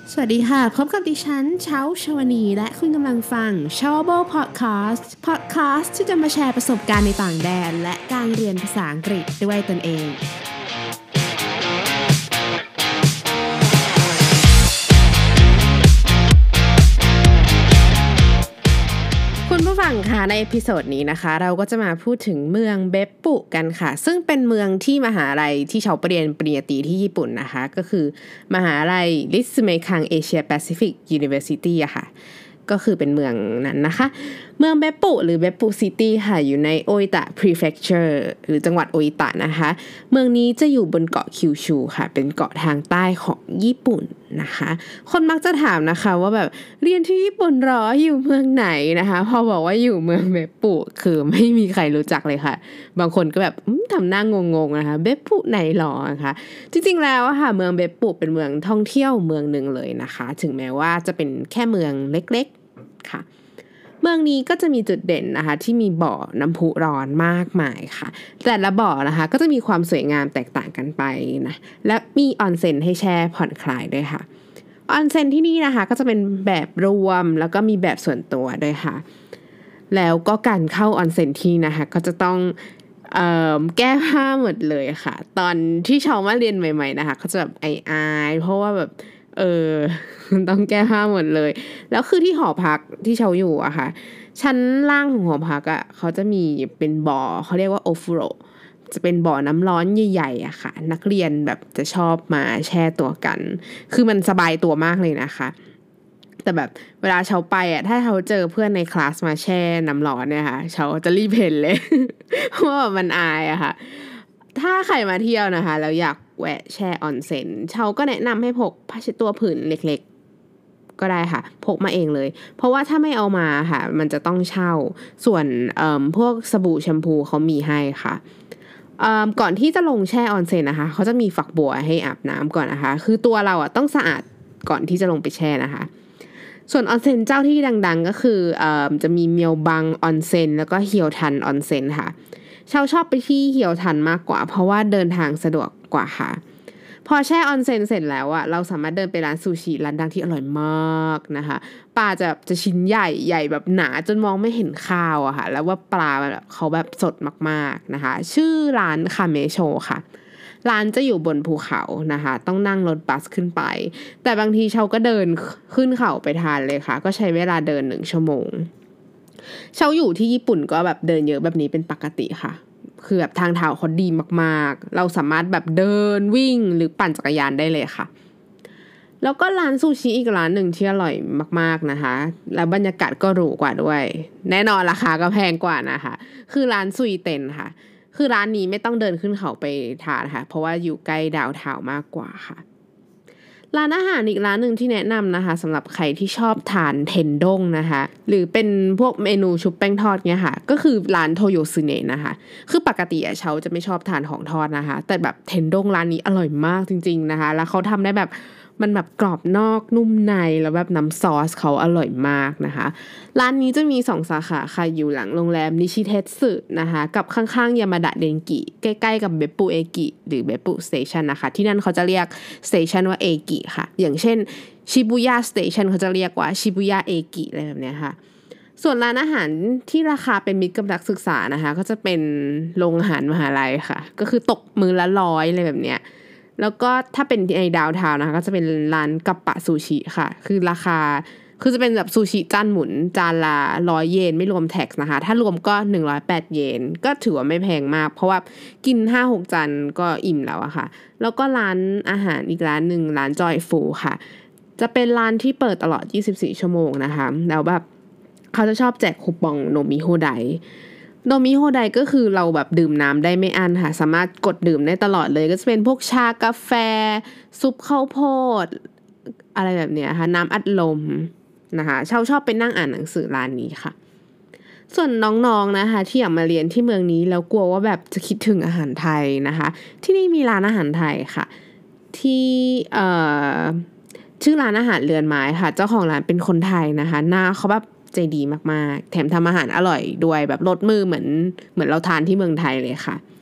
สวัสดีค่ะพบกับดิฉันเช้าชวนีและคุณกำลังฟัง Chowable Podcast ที่จะมาแชร์ประสบการณ์ในต่างแดนและการเรียนภาษาอังกฤษด้วยตนเองคุณผู้ฟังค่ะในเอพิโซดนี้นะคะเราก็จะมาพูดถึงเมืองเบปปุกันค่ะซึ่งเป็นเมืองที่มหาลัยที่เชาไปเรียนปริญญาตรีที่ญี่ปุ่นนะคะก็คือมหาลัยริซึเมคังเอเชียแปซิฟิกยูนิเวอร์ซิตี้อะค่ะก็คือเป็นเมืองนั้นนะคะเมืองเบปปุหรือเบปปุซิตี้ค่ะอยู่ในโออิตะพรีเฟคเจอร์หรือจังหวัดโออิตะนะคะเมืองนี้จะอยู่บนเกาะคิวชูค่ะเป็นเกาะทางใต้ของญี่ปุ่นนะคะคนมักจะถามนะคะว่าแบบเรียนที่ญี่ปุ่นหรออยู่เมืองไหนนะคะพอบอกว่าอยู่เมืองเบปปุคือไม่มีใครรู้จักเลยค่ะบางคนก็แบบทำหน้างงๆนะคะเบปปุไหนหรอนะคะจริงๆแล้วค่ะเมืองเบปปุเป็นเมืองท่องเที่ยวเมืองนึงเลยนะคะถึงแม้ว่าจะเป็นแค่เมืองเล็กๆค่ะเมืองนี้ก็จะมีจุดเด่นนะคะที่มีบ่อน้ำพุร้อนมากมายค่ะแต่ละบ่อนะคะก็จะมีความสวยงามแตกต่างกันไปนะและมีออนเซ็นให้แช่ผ่อนคลายด้วยค่ะออนเซ็นที่นี่นะคะก็จะเป็นแบบรวมแล้วก็มีแบบส่วนตัวด้วยค่ะแล้วก็การเข้าออนเซ็นที่นะคะก็จะต้องแก้ผ้าหมดเลยค่ะตอนที่เชามาเรียนใหม่ๆนะคะเขาจะแบบอายเพราะว่าแบบต้องแก้ผ้าหมดเลยแล้วคือที่หอพักที่เชาอยู่อะค่ะชั้นล่างของหอพักอะเขาจะมีเป็นบ่อเขาเรียกว่าโอฟุโรจะเป็นบ่อน้ำร้อนใหญ่ๆอะค่ะนักเรียนแบบจะชอบมาแช่ตัวกันคือมันสบายตัวมากเลยนะคะแต่แบบเวลาเชาไปอะถ้าเชาเจอเพื่อนในคลาสมาแช่น้ำร้อนเนี่ยค่ะเชาจะรีบเห็นเลย เพราะว่ามันอายอะค่ะถ้าใครมาเที่ยวนะคะแล้วอยากแวะแช่ออนเซ็นเชาก็แนะนำให้พกผ้าเช็ดตัวผืนเล็กๆก็ได้ค่ะพกมาเองเลยเพราะว่าถ้าไม่เอามาค่ะมันจะต้องเช่าส่วนพวกสบู่แชมพูเขามีให้ค่ะก่อนที่จะลงแช่ออนเซ็นนะคะเขาจะมีฝักบัวให้อาบน้ำก่อนนะคะคือตัวเราอ่ะต้องสะอาดก่อนที่จะลงไปแช่นะคะส่วนออนเซ็นเจ้าที่ดังๆก็คือจะมีเมียวบังออนเซ็นแล้วก็เฮียวทันออนเซ็นค่ะชอบไปที่เฮียวทันมากกว่าเพราะว่าเดินทางสะดวกกว่าค่ะพอแช่ออนเซ็นเสร็จแล้วอะเราสามารถเดินไปร้านซูชิร้านดังที่อร่อยมากนะคะปลาจะชิ้นใหญ่แบบหนาจนมองไม่เห็นข้าวอะค่ะแล้วว่าปลาแบบเขาแบบสดมากๆนะคะชื่อร้านคาเมโชค่ะร้านจะอยู่บนภูเขานะคะต้องนั่งรถบัสขึ้นไปแต่บางทีเชาก็เดินขึ้นเขาไปทานเลยค่ะก็ใช้เวลาเดิน1 ชั่วโมงเชาอยู่ที่ญี่ปุ่นก็แบบเดินเยอะแบบนี้เป็นปกติค่ะคือแบบทางเท้าเขาดีมากๆเราสามารถแบบเดินวิ่งหรือปั่นจักรยานได้เลยค่ะแล้วก็ร้านซูชิอีกร้านหนึ่งที่อร่อยมากๆนะคะแล้วบรรยากาศก็หรูกว่าด้วยแน่นอนราคาก็แพงกว่านะคะคือร้านซุยเต็นค่ะคือร้านนี้ไม่ต้องเดินขึ้นเขาไปทานค่ะเพราะว่าอยู่ใกล้ดาวน์ทาวน์มากกว่าค่ะร้านอาหารอีกร้านหนึ่งที่แนะนำนะคะสำหรับใครที่ชอบทานเทนด้งนะคะหรือเป็นพวกเมนูชุบแป้งทอดเนี่ยค่ะก็คือร้านโทโยซึเนะนะคะคือปกติเชาจะไม่ชอบทานของทอดนะคะแต่แบบเทนด้งร้านนี้อร่อยมากจริงๆนะคะแล้วเขาทำได้แบบมันแบบกรอบนอกนุ่มในแล้วแบบน้ำซอสเขาอร่อยมากนะคะร้านนี้จะมี2 สาขาค่ะอยู่หลังโรงแรมนิชิเทสึนะคะกับข้างๆยามาดะเดนกิใกล้ๆกับเบปปุเอกิหรือเบปปุสเตชันนะคะที่นั่นเขาจะเรียกสเตชันว่าเอกิค่ะอย่างเช่นชิบุย่าสเตชันเขาจะเรียกว่าชิบุย่าเอกิอะไรแบบนี้ค่ะส่วนร้านอาหารที่ราคาเป็นมิตรกับนักศึกษานะคะก็จะเป็นโรงอาหารมหาลัยค่ะก็คือตกมื้อละ100อะไรแบบเนี้ยแล้วก็ถ้าเป็นในดาวน์ทาวน์นะคะก็จะเป็นร้านกัปปะซูชิค่ะคือราคาคือจะเป็นแบบซูชิจานหมุนจานละ100 เยนไม่รวมแท็กซ์นะคะถ้ารวมก็108 เยนก็ถือว่าไม่แพงมากเพราะว่ากิน 5-6 จานก็อิ่มแล้วอะค่ะแล้วก็ร้านอาหารอีกร้านหนึ่งร้านจอยฟูค่ะจะเป็นร้านที่เปิดตลอด24 ชั่วโมงนะคะแล้วแบบเขาจะชอบแจกคูปองโนมิโฮไดโนมิโฮไดก็คือเราแบบดื่มน้ำได้ไม่อั้นค่ะสามารถกดดื่มได้ตลอดเลยก็จะเป็นพวกชากาแฟซุปข้าวโพดอะไรแบบเนี้ยค่ะน้ำอัดลมนะคะชอบไปนั่งอ่านหนังสือร้านนี้ค่ะส่วนน้องๆนะคะที่อยากมาเรียนที่เมืองนี้แล้วกลัวว่าแบบจะคิดถึงอาหารไทยนะคะที่นี่มีร้านอาหารไทยค่ะที่ชื่อร้านอาหารเรือนไม้ค่ะเจ้าของร้านเป็นคนไทยนะคะหน้าเขาแบบใจดีมากๆแถมทำอาหารอร่อยด้วยแบบรสมือเหมือนเราทานที่เมืองไทยเลยค่ะ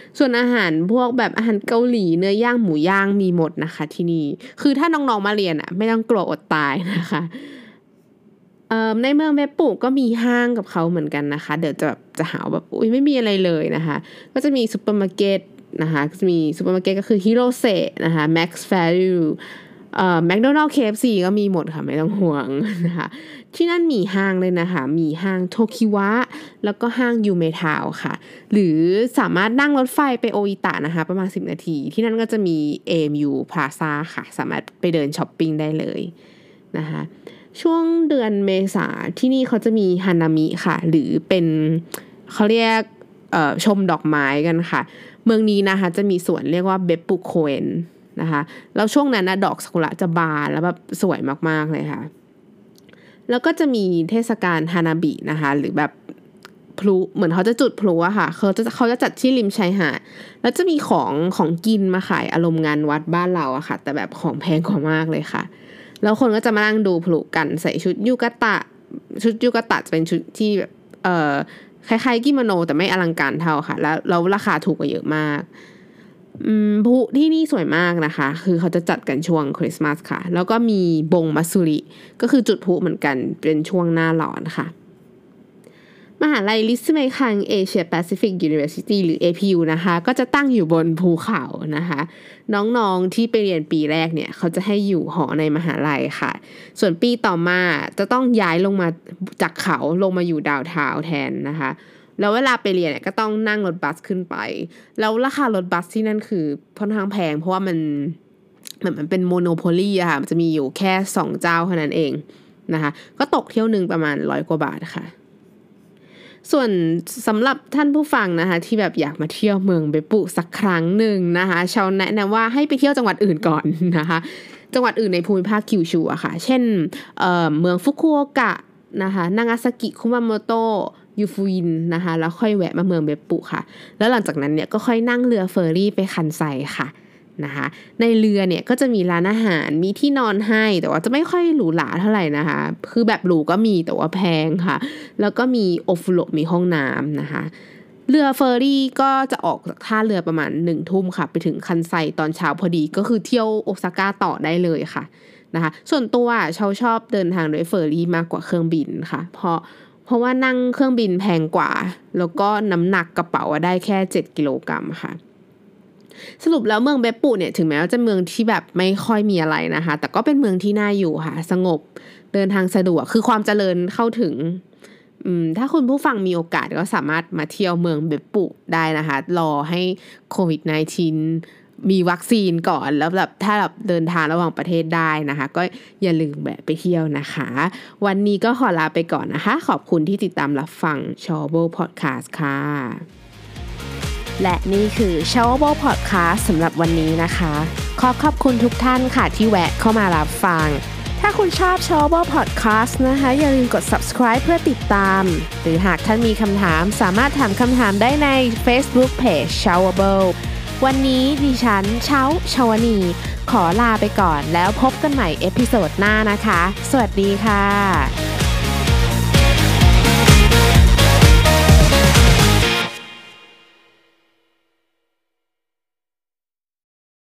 ส่วนอาหารพวกแบบอาหารเกาหลีเนื้อย่างหมูย่างมีหมดนะคะที่นี่คือถ้าน้องๆมาเรียนอ่ะไม่ต้องกลัวอดตายนะคะในเมืองเบปปุก็มีห้างกับเขาเหมือนกันนะคะเดี๋ยวจะหาแบบอุ๊ยไม่มีอะไรเลยนะคะก็จะมีซุปเปอร์มาร์เก็ตนะคะจะมีซุปเปอร์มาร์เก็ตก็คือฮิโรเซะนะคะ Max Valueแมคโดนัลด์ KFC ก็มีหมดค่ะไม่ต้องห่วงนะคะที่นั่นมีห้างเลยนะคะมีห้างโทคิวะแล้วก็ห้างยูเมทาวค่ะหรือสามารถนั่งรถไฟไปโออิตะนะคะประมาณ10นาทีที่นั่นก็จะมี AMU Plaza ค่ะสามารถไปเดินช้อปปิ้งได้เลยนะคะช่วงเดือนเมษาที่นี่เขาจะมีฮานามิค่ะหรือเป็นเขาเรียกชมดอกไม้กันค่ะเมืองนี้นะคะจะมีสวนเรียกว่าเบปปุโคเอนนะคะแล้วช่วงนั้นนะดอกซากุระจะบานแล้วแบบสวยมากๆเลยค่ะแล้วก็จะมีเทศกาลฮานาบินะคะหรือแบบพลุเหมือนเขาจะจุดพลุอะค่ะเขาจะจัดที่ริมชายหาดแล้วจะมีของกินมาขายอารมณ์งานวัดบ้านเราอะค่ะแต่แบบของแพงกว่ามากเลยค่ะแล้วคนก็จะมานั่งดูพลุกันใส่ชุดยูกะตะจะเป็นชุดที่แบบคล้ายๆกิโมโนแต่ไม่อลังการเท่าค่ะแล้วราคาถูกกว่าเยอะมากพลุที่นี่สวยมากนะคะคือเขาจะจัดกันช่วงคริสต์มาสค่ะแล้วก็มีบงมัตสึริก็คือจุดพลุเหมือนกันเป็นช่วงหน้าร้อนค่ะมหาลัยริซึเมคังเอเชียแปซิฟิกยูนิเวอร์ซิตี้หรือ APU นะคะก็จะตั้งอยู่บนภูเขานะคะน้องๆที่ไปเรียนปีแรกเนี่ยเขาจะให้อยู่หอในมหาลัยค่ะส่วนปีต่อมาจะต้องย้ายลงมาจากเขาลงมาอยู่ดาวน์ทาวน์แทนนะคะแล้วเวลาไปเรียนเนี่ยก็ต้องนั่งรถบัสขึ้นไปแล้วราคารถบัสที่นั่นคือค่อนข้างแพงเพราะว่ามันเป็นโมโนโพลีอะค่ะมันจะมีอยู่แค่2เจ้าเท่านั้นเองนะคะก็ตกเที่ยวนึงประมาณ100 กว่าบาทค่ะส่วนสำหรับท่านผู้ฟังนะคะที่แบบอยากมาเที่ยวเมืองเบปปุสักครั้งหนึ่งนะคะชาวแนะนำว่าให้ไปเที่ยวจังหวัดอื่นก่อนนะคะจังหวัดอื่นในภูมิภาคคิวชูอะค่ะเช่นเมืองฟุกุโอกะนะคะนางาซากิคุมาโมโตะยูฟูอินนะคะแล้วค่อยแวะมาเมืองเบปปุค่ะแล้วหลังจากนั้นเนี่ยก็ค่อยนั่งเรือเฟอร์รี่ไปคันไซค่ะนะคะในเรือเนี่ยก็จะมีร้านอาหารมีที่นอนให้แต่ว่าจะไม่ค่อยหรูหราเท่าไหร่นะคะคือแบบหรูก็มีแต่ว่าแพงค่ะแล้วก็มีโอฟุโรมีห้องน้ำนะคะเรือเฟอร์รี่ก็จะออกจากท่าเรือประมาณ1 ทุ่มค่ะไปถึงคันไซตอนเช้าพอดีก็คือเที่ยวโอซาก้าต่อได้เลยค่ะนะคะส่วนตัวชอบเดินทางด้วยเฟอร์รี่มากกว่าเครื่องบินค่ะเพราะว่านั่งเครื่องบินแพงกว่าแล้วก็น้ำหนักกระเป๋าได้แค่7 กิโลกรัมค่ะสรุปแล้วเมืองเบปปุเนี่ยถึงแม้ว่าจะเมืองที่แบบไม่ค่อยมีอะไรนะคะแต่ก็เป็นเมืองที่น่าอยู่ค่ะสงบเดินทางสะดวกคือความเจริญเข้าถึงถ้าคุณผู้ฟังมีโอกาสก็สามารถมาเที่ยวเมืองเบปปุได้นะคะรอให้โควิด -19 มีวัคซีนก่อนแล้วแบบถ้าแบบเดินทางระหว่างประเทศได้นะคะก็อย่าลืมแวะไปเที่ยวนะคะวันนี้ก็ขอลาไปก่อนนะคะขอบคุณที่ติดตามรับฟัง Chawable Podcast ค่ะและนี่คือ Chawable Podcast สำหรับวันนี้นะคะขอบคุณทุกท่านค่ะที่แวะเข้ามารับฟังถ้าคุณชอบ Chawable Podcast นะคะอย่าลืมกด subscribe เพื่อติดตามหรือหากท่านมีคำถามสามารถถามคำถามได้ใน Facebook Page Chawable วันนี้ดิฉันชาวนีขอลาไปก่อนแล้วพบกันใหม่เอพิโซดหน้านะคะสวัสดีค่ะ